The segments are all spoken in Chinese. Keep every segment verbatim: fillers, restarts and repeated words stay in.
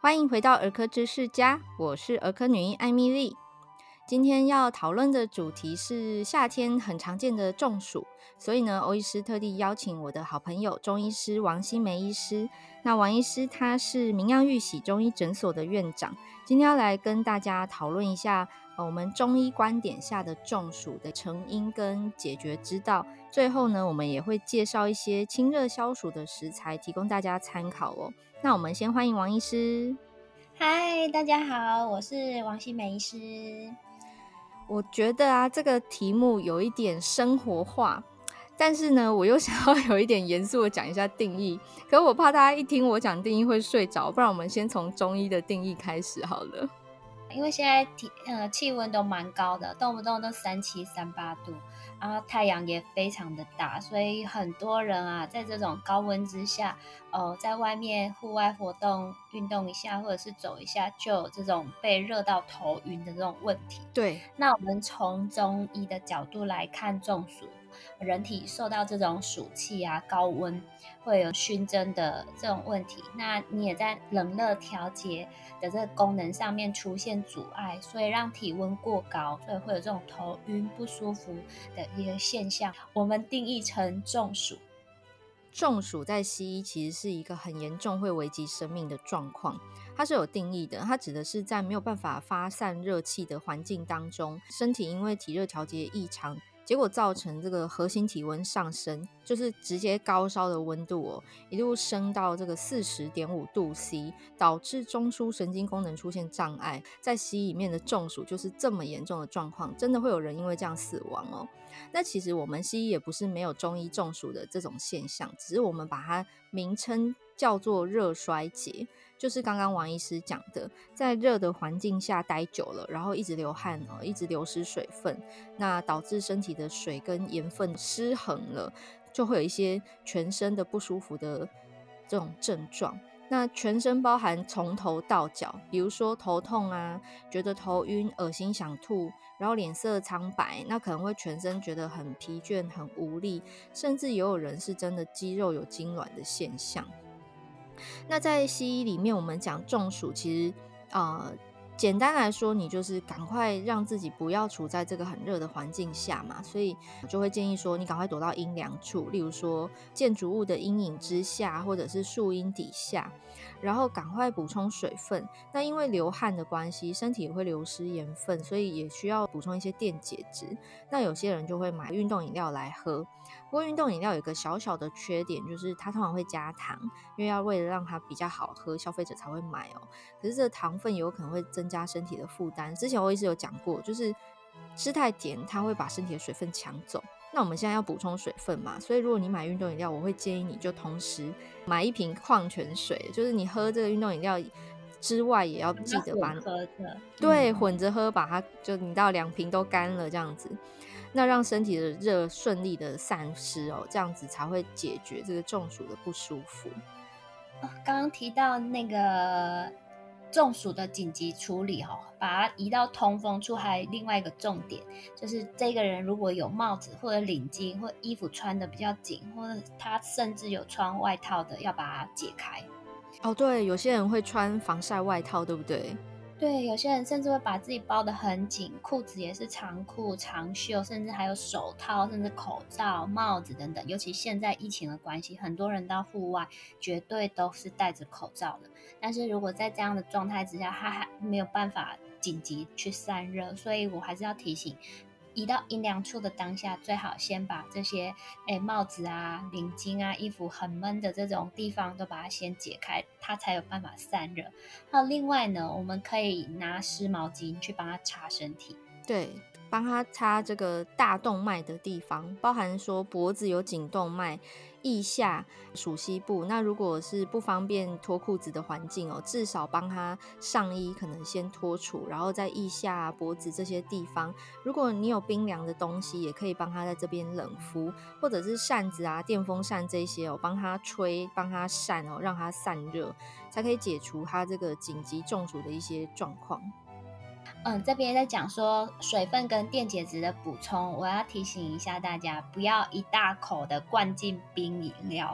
欢迎回到儿科知识家，我是儿科女医艾米丽。今天要讨论的主题是夏天很常见的中暑，所以呢，欧医师特地邀请我的好朋友中医师王新梅医师。那王医师他是明漾玉喜中医诊所的院长，今天要来跟大家讨论一下、呃、我们中医观点下的中暑的成因跟解决之道。最后呢，我们也会介绍一些清热消暑的食材，提供大家参考哦。那我们先欢迎王医师。 嗨，大家好，我是王新梅医师。 我觉得啊，这个题目有一点生活化，但是呢，我又想要有一点严肃的讲一下定义，可我怕大家一听我讲定义会睡着，不然我们先从中医的定义开始好了。 因为现在体呃气温都蛮高的，动不动都三七三八度，然后太阳也非常的大，所以很多人啊，在这种高温之下，呃，在外面户外活动运动一下，或者是走一下，就有这种被热到头晕的这种问题。 对， 那我们从中医的角度来看中暑，人体受到这种暑气啊、高温会有熏蒸的这种问题，那你也在冷热调节的这个功能上面出现阻碍，所以让体温过高，所以会有这种头晕不舒服的一个现象，我们定义成中暑。 中暑在西医其实是一个很严重会危及生命的状况，它是有定义的，它指的是在没有办法发散热气的环境当中，身体因为体热调节异常，结果造成这个核心体温上升，就是直接高烧的温度哦，一路升到这个 四十点五度 C， 导致中枢神经功能出现障碍。在西医里面的中暑就是这么严重的状况，真的会有人因为这样死亡哦。那其实我们西医也不是没有中医中暑的这种现象，只是我们把它名称叫做热衰竭，就是刚刚王医师讲的，在热的环境下待久了，然后一直流汗、哦、一直流失水分，那导致身体的水跟盐分失衡了，就会有一些全身的不舒服的这种症状。那全身包含从头到脚，比如说头痛啊，觉得头晕、恶心、想吐，然后脸色苍白，那可能会全身觉得很疲倦、很无力，甚至也有人是真的肌肉有痉挛的现象。那在西医里面，我们讲中暑，其实呃，简单来说，你就是赶快让自己不要处在这个很热的环境下嘛，所以就会建议说，你赶快躲到阴凉处，例如说建筑物的阴影之下，或者是树荫底下，然后赶快补充水分。那因为流汗的关系，身体也会流失盐分，所以也需要补充一些电解质。那有些人就会买运动饮料来喝，不过运动饮料有一个小小的缺点，就是它通常会加糖，因为要为了让它比较好喝，消费者才会买哦。可是这个糖分有可能会增加身体的负担。之前我一直有讲过，就是吃太甜，它会把身体的水分抢走。那我们现在要补充水分嘛，所以如果你买运动饮料，我会建议你就同时买一瓶矿泉水，就是你喝这个运动饮料之外，也要记得把混合的， 对嗯混着喝，把它就你到两瓶都干了这样子。那让身体的热顺利的散失哦，这样子才会解决这个中暑的不舒服。 哦刚刚提到那个中暑的紧急处理哦，把它移到通风处，还有另外一个重点，就是这个人如果有帽子或者领巾，或衣服穿的比较紧，或者他甚至有穿外套的，要把它解开。 哦，对，有些人会穿防晒外套，对不对？ 对，有些人甚至会把自己包得很紧，裤子也是长裤、长袖，甚至还有手套，甚至口罩、帽子等等。尤其现在疫情的关系，很多人到户外绝对都是戴着口罩的。但是如果在这样的状态之下，他还没有办法紧急去散热，所以我还是要提醒，移到阴凉处的当下，最好先把这些诶帽子啊、领巾啊、衣服很闷的这种地方都把它先解开，它才有办法散热。还有另外呢，我们可以拿湿毛巾去帮它擦身体。 对，帮他擦这个大动脉的地方，包含说脖子有颈动脉、腋下、属膝部。那如果是不方便脱裤子的环境哦，至少帮他上衣可能先脱除，然后在腋下、脖子这些地方，如果你有冰凉的东西，也可以帮他在这边冷敷，或者是扇子啊、电风扇这些哦，帮他吹、帮他扇哦，让他散热，才可以解除他这个紧急中暑的一些状况。 嗯，这边在讲说水分跟电解质的补充，我要提醒一下大家，不要一大口的灌进冰饮料。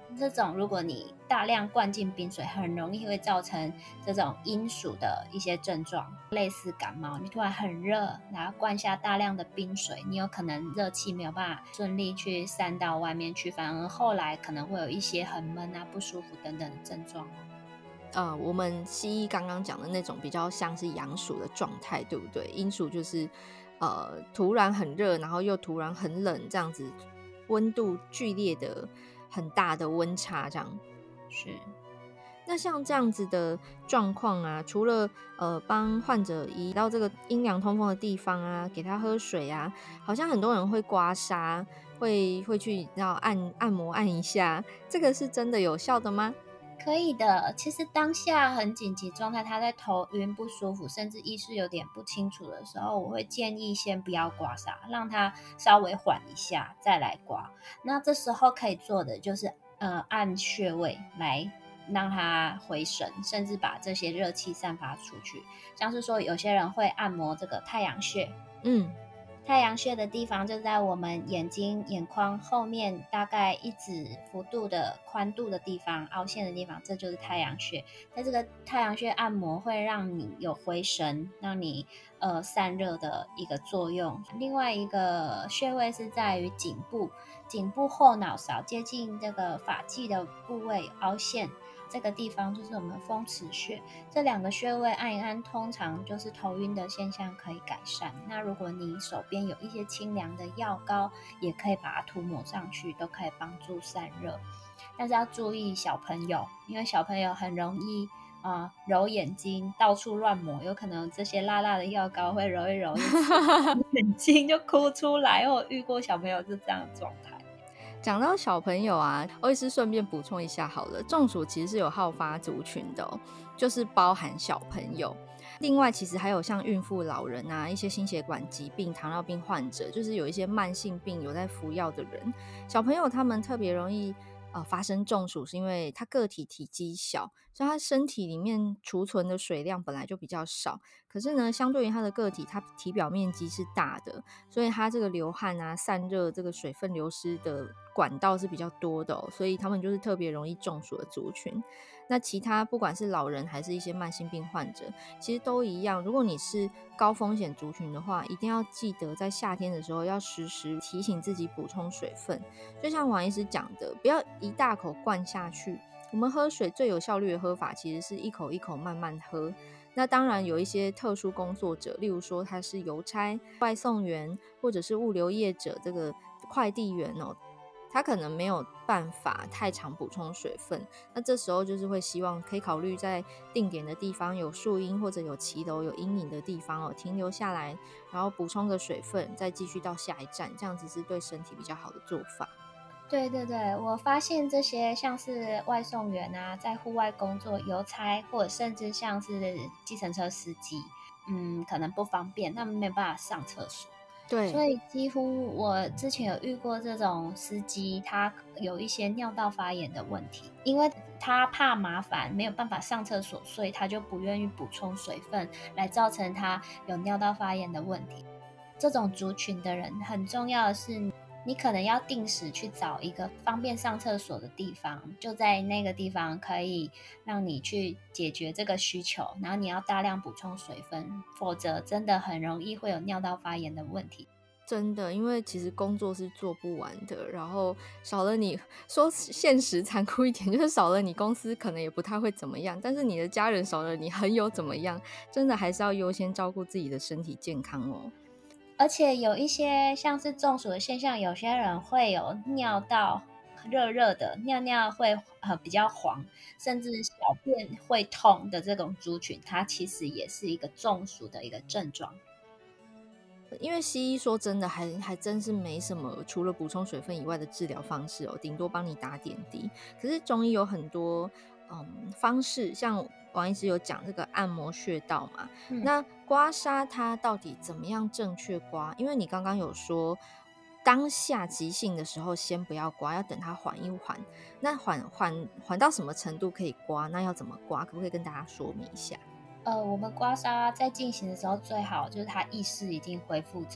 这种如果你大量灌进冰水，很容易会造成这种阴暑的一些症状，类似感冒。你突然很热，然后灌下大量的冰水，你有可能热气没有办法顺利去散到外面去，反而后来可能会有一些很闷啊、不舒服等等的症状。 呃，我们西医刚刚讲的那种比较像是阳暑的状态，对不对？阴暑就是呃突然很热，然后又突然很冷，这样子温度剧烈的很大的温差，这样。 是。 那像这样子的状况啊，除了呃帮患者移到这个阴凉通风的地方啊，给他喝水啊，好像很多人会刮痧，会会去要按按摩按一下，这个是真的有效的吗？ 可以的，其实当下很紧急状态，他在头晕不舒服，甚至意识有点不清楚的时候，我会建议先不要刮痧，让他稍微缓一下再来刮。那这时候可以做的就是呃按穴位来让他回神，甚至把这些热气散发出去。像是说有些人会按摩这个太阳穴， 嗯。 太阳穴的地方就在我们眼睛眼眶后面大概一指幅度的宽度的地方，凹陷的地方，这就是太阳穴。在这个太阳穴按摩会让你有回神，让你呃散热的一个作用。另外一个穴位是在于颈部，颈部后脑勺接近这个发际的部位凹陷。这个地方就是我们风池穴，这两个穴位按一按，通常就是头晕的现象可以改善。那如果你手边有一些清凉的药膏，也可以把它涂抹上去，都可以帮助散热。但是要注意小朋友，因为小朋友很容易啊、呃、揉眼睛，到处乱抹，有可能这些辣辣的药膏会揉一揉，眼睛就哭出来。我遇过小朋友是这样的状态。 讲到小朋友啊，欧医师顺便补充一下好了，中暑其实是有好发族群的哦，就是包含小朋友。另外，其实还有像孕妇、老人啊，一些心血管疾病、糖尿病患者，就是有一些慢性病有在服药的人，小朋友他们特别容易呃发生中暑，是因为他个体体积小，所以他身体里面储存的水量本来就比较少。可是呢，相对于他的个体，他体表面积是大的，所以他这个流汗啊、散热、这个水分流失的管道是比较多的哦，所以他们就是特别容易中暑的族群。那其他不管是老人还是一些慢性病患者，其实都一样。如果你是高风险族群的话，一定要记得在夏天的时候要时时提醒自己补充水分。就像王医师讲的，不要一大口灌下去。我们喝水最有效率的喝法，其实是一口一口慢慢喝。那当然有一些特殊工作者，例如说他是邮差、外送员，或者是物流业者，这个快递员哦，他可能没有办法太常补充水分。那这时候就是会希望可以考虑在定点的地方有树荫或者有骑楼有阴影的地方哦，停留下来，然后补充个水分，再继续到下一站，这样子是对身体比较好的做法。 对对对，我发现这些像是外送员啊，在户外工作、邮差，或者甚至像是计程车司机，嗯，可能不方便，他们没有办法上厕所，所对， 以几乎我之前有遇过这种司机，他有一些尿道发炎的问题，因为他怕麻烦，没有办法上厕所，所以他就不愿意补充水分，来造成他有尿道发炎的问题。这种族群的人，很重要的是，你可能要定时去找一个方便上厕所的地方，就在那个地方可以让你去解决这个需求。然后你要大量补充水分，否则真的很容易会有尿道发炎的问题。 真的，因为其实工作是做不完的，然后少了你，说现实残酷一点，就是少了你，公司可能也不太会怎么样，但是你的家人少了你，很有怎么样？真的还是要优先照顾自己的身体健康哦。 而且有一些像是中暑的现象，有些人会有尿道热热的，尿尿会呃比较黄，甚至小便会痛的这种族群，它其实也是一个中暑的一个症状。 因为西医说真的还还真是没什么除了补充水分以外的治疗方式哦，顶多帮你打点滴。可是中医有很多嗯方式，像王医师有讲这个按摩穴道嘛， 嗯。 那刮痧它到底怎么样正确刮？因为你刚刚有说当下急性的时候先不要刮，要等它缓一缓。那缓缓缓到什么程度可以刮？那要怎么刮？可不可以跟大家说明一下？ 呃，我们刮痧在进行的时候，最好就是他意识已经恢复正常了，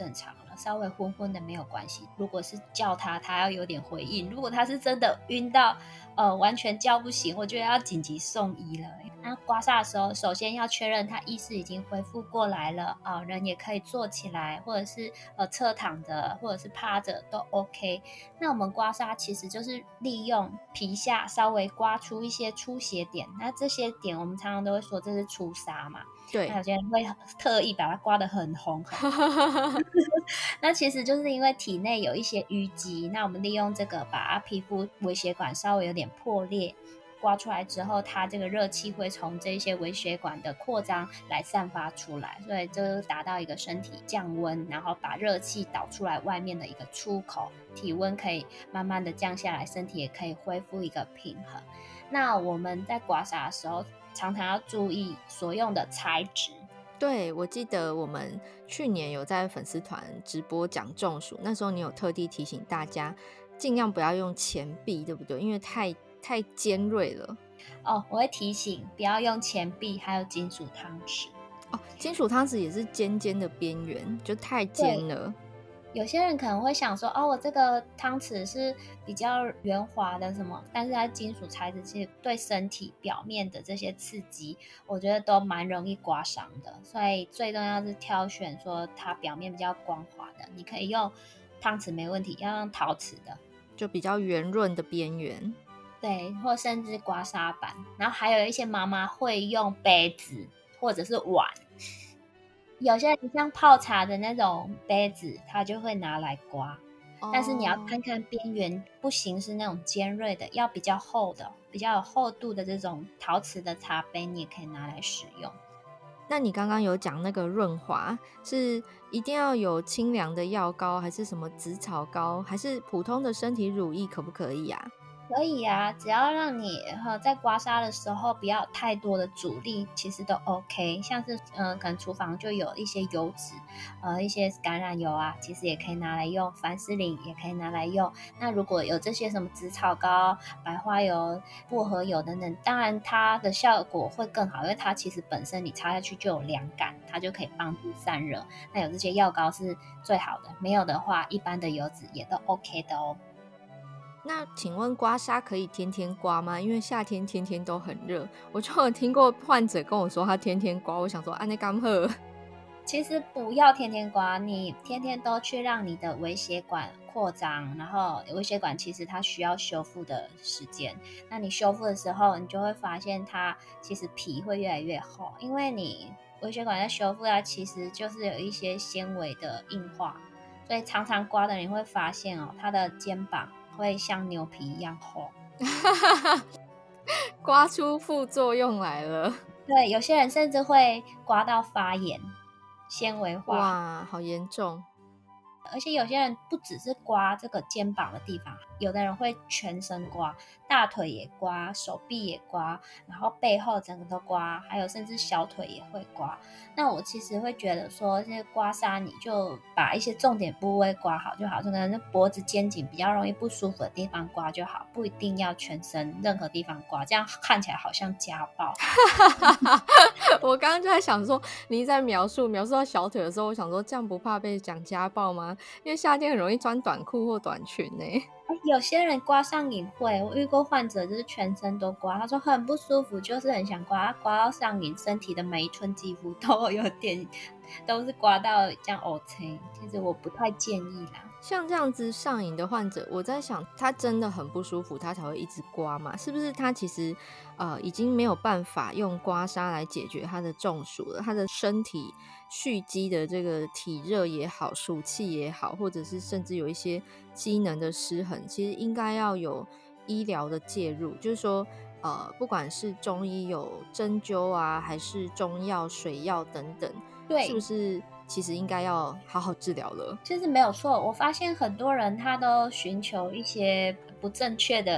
了，稍微昏昏的没有关系。如果是叫他，他要有点回应；如果他是真的晕到呃完全叫不醒，我觉得要紧急送医了。那刮痧的时候，首先要确认他意识已经恢复过来了啊、呃，人也可以坐起来，或者是呃侧躺着，或者是趴着都 OK。那我们刮痧其实就是利用皮下稍微刮出一些出血点，那这些点我们常常都会说这是出痧嘛。 对， 那有些人会特意把它刮得很红很红那其实就是因为体内有一些淤积，那我们利用这个把皮肤微血管稍微有点破裂，刮出来之后，它这个热气会从这些微血管的扩张来散发出来，所以就达到一个身体降温，然后把热气导出来外面的一个出口，体温可以慢慢的降下来，身体也可以恢复一个平衡。那我们在刮痧的时候，常常要注意所用的材质。 对，我记得我们去年有在粉丝团直播讲中暑，那时候你有特地提醒大家尽量不要用钱币，对不对？因为太太尖锐了。 哦，我会提醒不要用钱币，还有金属汤匙。 哦，金属汤匙也是尖尖的边缘，就太尖了。 有些人可能会想说，哦，我这个汤匙是比较圆滑的什么，但是它金属材质其实对身体表面的这些刺激，我觉得都蛮容易刮伤的。所以最重要是挑选说它表面比较光滑的，你可以用汤匙没问题，要用陶瓷的， 就比较圆润的边缘。 对，或甚至刮痧板。然后还有一些妈妈会用杯子或者是碗。有些人像泡茶的那种杯子，他就会拿来刮， 哦、 但是你要看看边缘，不行是那种尖锐的，要比较厚的、比较有厚度的这种陶瓷的茶杯，你也可以拿来使用。 那你刚刚有讲那个润滑，是一定要有清凉的药膏，还是什么紫草膏，还是普通的身体乳液可不可以啊？ 可以啊，只要让你呃在刮痧的时候不要太多的阻力，其实都 OK。像是呃可能厨房就有一些油脂，呃一些橄榄油啊，其实也可以拿来用，凡士林也可以拿来用。那如果有这些什么紫草膏、白花油、薄荷油等等，当然它的效果会更好，因为它其实本身你擦下去就有凉感，它就可以帮助散热。那有这些药膏是最好的，没有的话，一般的油脂也都 OK 的哦。 那请问刮痧可以天天刮吗？因为夏天天天都很热，我就有听过患者跟我说他天天刮，我想说啊那干喝。 其实不要天天刮，你天天都去让你的微血管扩张，然后微血管其实它需要修复的时间，那你修复的时候，你就会发现它其实皮会越来越厚，因为你微血管在修复它其实就是有一些纤维的硬化，所以常常刮的人会发现哦，他的肩膀会像牛皮一样厚。 刮出副作用来了。 对，有些人甚至会刮到发炎、纤维化。 哇，好严重。 而且有些人不只是刮这个肩膀的地方，有的人会全身刮，大腿也刮，手臂也刮，然后背后整个都刮，还有甚至小腿也会刮。那我其实会觉得说，这些刮痧你就把一些重点部位刮好就好，就可能脖子、肩颈比较容易不舒服的地方刮就好，不一定要全身任何地方刮，这样看起来好像家暴。 我刚刚就在想说，你在描述描述到小腿的时候，我想说这样不怕被讲家暴吗？因为夏天很容易穿短裤或短裙呢、欸。 有些人刮上瘾会，我遇过患者就是全身都刮，他说很不舒服，就是很想刮，刮到上瘾，身体的每一寸肌肤都有点都是刮到这样 OK， 其实我不太建议啦。 像这样子上瘾的患者，我在想他真的很不舒服，他才会一直刮嘛？是不是他其实呃已经没有办法用刮痧来解决他的中暑了？他的身体蓄积的这个体热也好，暑气也好，或者是甚至有一些机能的失衡，其实应该要有医疗的介入，就是说呃不管是中医有针灸啊，还是中药、水药等等， 对， 是不是其实应该要好好治疗了？ 其实没有错，我发现很多人他都寻求一些不正确的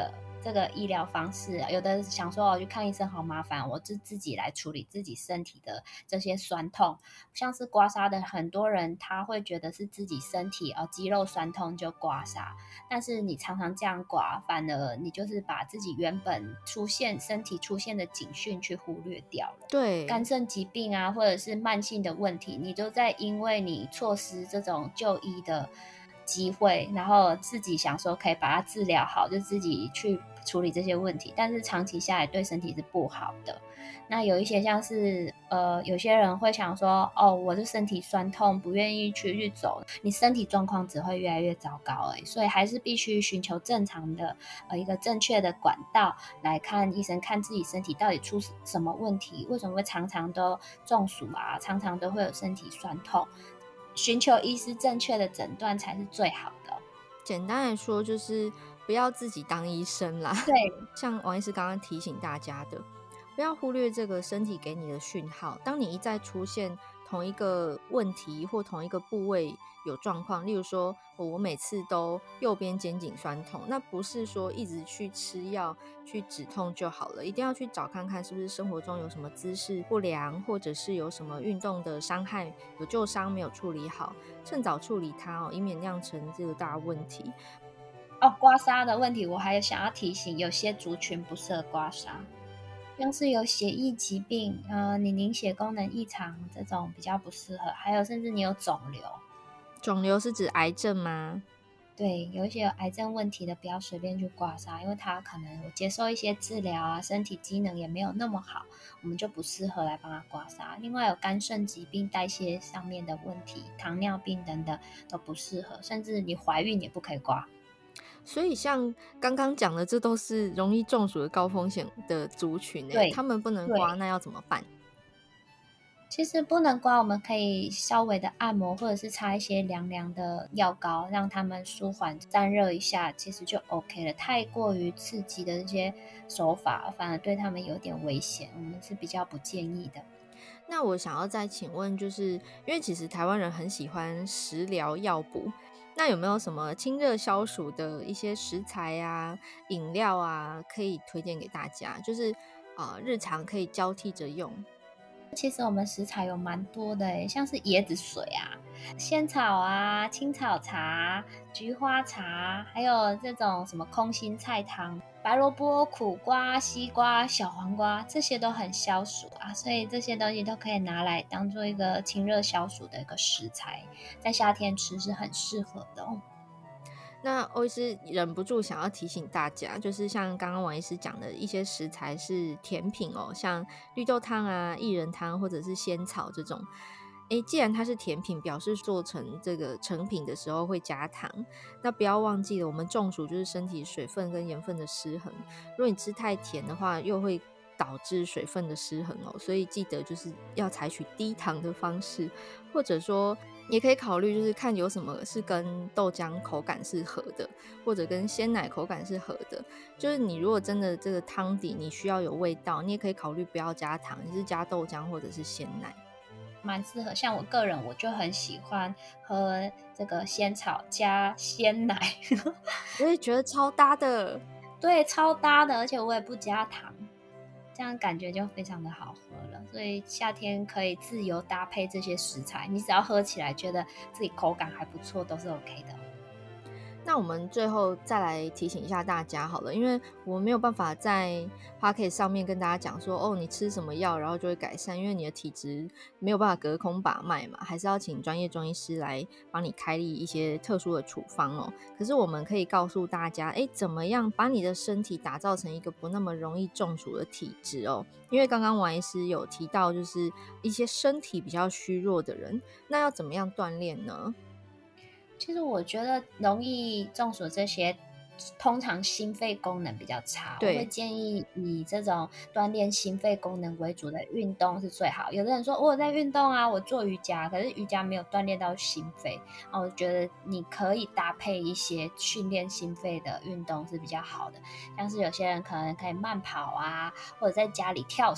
这个医疗方式，有的想说我去看医生好麻烦，我就自己来处理自己身体的这些酸痛。像是刮痧的很多人他会觉得是自己身体呃肌肉酸痛就刮痧，但是你常常这样刮，反而你就是把自己原本出现身体出现的警讯去忽略掉了。 对， 肝肾疾病啊，或者是慢性的问题，你都在因为你错失这种就医的机会，然后自己想说可以把它治疗好，就自己去处理这些问题，但是长期下来对身体是不好的。那有一些像是呃，有些人会想说，哦，我是身体酸痛，不愿意去去走，你身体状况只会越来越糟糕而已，所以还是必须寻求正常的呃一个正确的管道来看医生，看自己身体到底出什么问题，为什么会常常都中暑啊，常常都会有身体酸痛，寻求医师正确的诊断才是最好的。 简单来说就是不要自己当医生啦。 对， 像王医师刚刚提醒大家的，不要忽略这个身体给你的讯号。当你一再出现同一个问题或同一个部位有状况，例如说、哦、我每次都右边肩颈酸痛，那不是说一直去吃药去止痛就好了，一定要去找看看是不是生活中有什么姿势不良，或者是有什么运动的伤害，有旧伤没有处理好，趁早处理它哦，以免酿成这个大问题。 哦，刮痧的问题，我还想要提醒，有些族群不适合刮痧，像是有血液疾病，呃，你凝血功能异常这种比较不适合，还有甚至你有肿瘤， 肿瘤是指癌症吗？ 对，有一些有癌症问题的，不要随便去刮痧，因为他可能有接受一些治疗啊，身体机能也没有那么好，我们就不适合来帮他刮痧。另外有肝肾疾病、代谢上面的问题、糖尿病等等都不适合，甚至你怀孕也不可以刮。 所以像刚刚讲的，这都是容易中暑的高风险的族群诶， 对他们不能对， 刮，那要怎么办？ 其实不能刮，我们可以稍微的按摩，或者是擦一些凉凉的药膏，让他们舒缓散热一下，其实就 OK 了。太过于刺激的这些手法，反而对他们有点危险，我们是比较不建议的。 那我想要再请问，就是因为其实台湾人很喜欢食疗药补，那有没有什么清热消暑的一些食材啊、饮料啊，可以推荐给大家？就是呃，日常可以交替着用。 其实我们食材有蛮多的诶，像是椰子水啊、仙草啊、青草茶、菊花茶，还有这种什么空心菜汤、白萝卜、苦瓜、西瓜、小黄瓜，这些都很消暑啊，所以这些东西都可以拿来当做一个清热消暑的一个食材，在夏天吃是很适合的哦。 那欧医师忍不住想要提醒大家，就是像刚刚王医师讲的一些食材是甜品哦，像绿豆汤啊、薏仁汤或者是仙草这种。诶，既然它是甜品，表示做成这个成品的时候会加糖，那不要忘记了，我们中暑就是身体水分跟盐分的失衡。如果你吃太甜的话，又会导致水分的失衡哦，所以记得就是要采取低糖的方式，或者说也可以考虑就是看有什么是跟豆浆口感是合的，或者跟鲜奶口感是合的。就是你如果真的这个汤底你需要有味道，你也可以考虑不要加糖，你是加豆浆或者是鲜奶。 蛮适合，像我个人我就很喜欢喝这个仙草加鲜奶， 我也觉得超搭的。 对，超搭的，而且我也不加糖，这样感觉就非常的好喝了。所以夏天可以自由搭配这些食材，你只要喝起来觉得自己口感还不错，都是 OK 的。 那我们最后再来提醒一下大家好了，因为我们没有办法在 Podcast 上面跟大家讲说，哦，你吃什么药然后就会改善，因为你的体质没有办法隔空把脉嘛，还是要请专业中医师来帮你开立一些特殊的处方哦。可是我们可以告诉大家，哎，怎么样把你的身体打造成一个不那么容易中暑的体质哦？因为刚刚王医师有提到，就是一些身体比较虚弱的人，那要怎么样锻炼呢？ 其实我觉得容易中暑这些，通常心肺功能比较差，我会对， 建议以这种锻炼心肺功能为主的运动是最好。有的人说我有在运动啊，我做瑜伽，可是瑜伽没有锻炼到心肺，啊，我觉得你可以搭配一些训练心肺的运动是比较好的，像是有些人可能可以慢跑啊，或者在家里跳绳。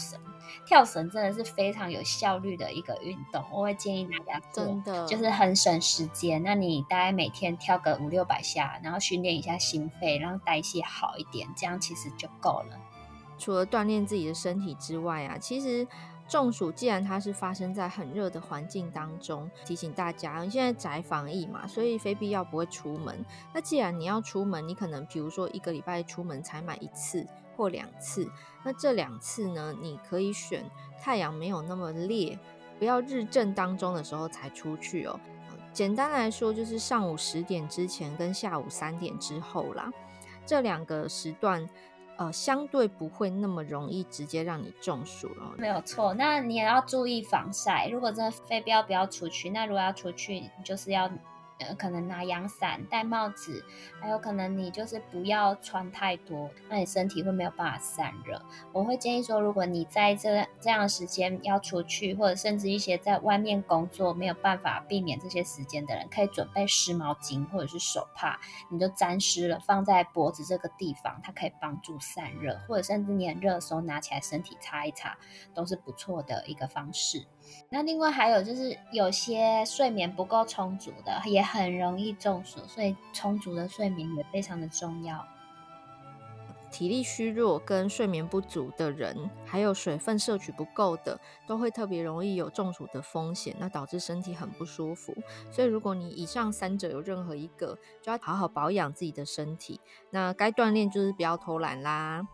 跳绳真的是非常有效率的一个运动，我会建议大家做， 真的就是很省时间。那你大概每天跳个五六百下，然后训练一下心肺，让代谢好一点，这样其实就够了。 除了锻炼自己的身体之外啊，其实中暑既然它是发生在很热的环境当中，提醒大家现在宅防疫嘛，所以非必要不会出门。那既然你要出门，你可能比如说一个礼拜出门才买一次或两次，那这两次呢，你可以选太阳没有那么烈，不要日正当中的时候才出去哦。简单来说就是上午十点之前跟下午三点之后啦，这两个时段呃，相对不会那么容易直接让你中暑了。 没有错，那你也要注意防晒。如果真的非必要不要出去，那如果要出去，你就是要呃，可能拿阳伞、戴帽子，还有可能你就是不要穿太多，那你身体会没有办法散热。我会建议说，如果你在这这样的时间要出去，或者甚至一些在外面工作没有办法避免这些时间的人，可以准备湿毛巾或者是手帕，你就沾湿了放在脖子这个地方，它可以帮助散热，或者甚至你很热的时候拿起来身体擦一擦，都是不错的一个方式。那另外还有就是有些睡眠不够充足的也很容易中暑，所以充足的睡眠也非常的重要。 体力虚弱跟睡眠不足的人，还有水分摄取不够的，都会特别容易有中暑的风险，那导致身体很不舒服。所以如果你以上三者有任何一个，就要好好保养自己的身体。那该锻炼就是不要偷懒啦。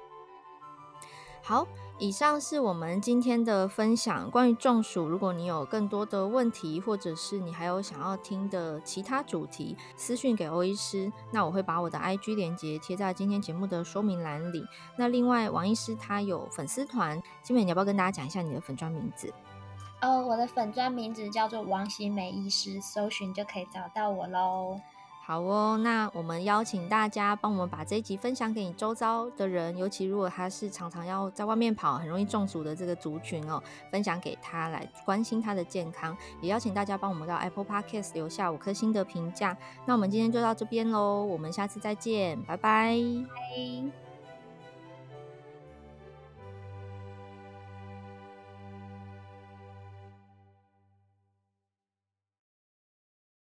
好，以上是我们今天的分享。关于中暑，如果你有更多的问题，或者是你还有想要听的其他主题，私讯给欧医师，那我会把我的 I G 连结贴在今天节目的说明栏里。那另外，王医师他有粉丝团，金美你要不要跟大家讲一下你的粉专名字？ 呃，我的粉专名字叫做王喜美医师，搜寻就可以找到我咯。 好哦，那我们邀请大家帮我们把这一集分享给你周遭的人，尤其如果他是常常要在外面跑，很容易中暑的这个族群哦，分享给他来关心他的健康。也邀请大家帮我们到 Apple Podcast 留下五颗星的评价。那我们今天就到这边咯，我们下次再见，拜拜。 拜。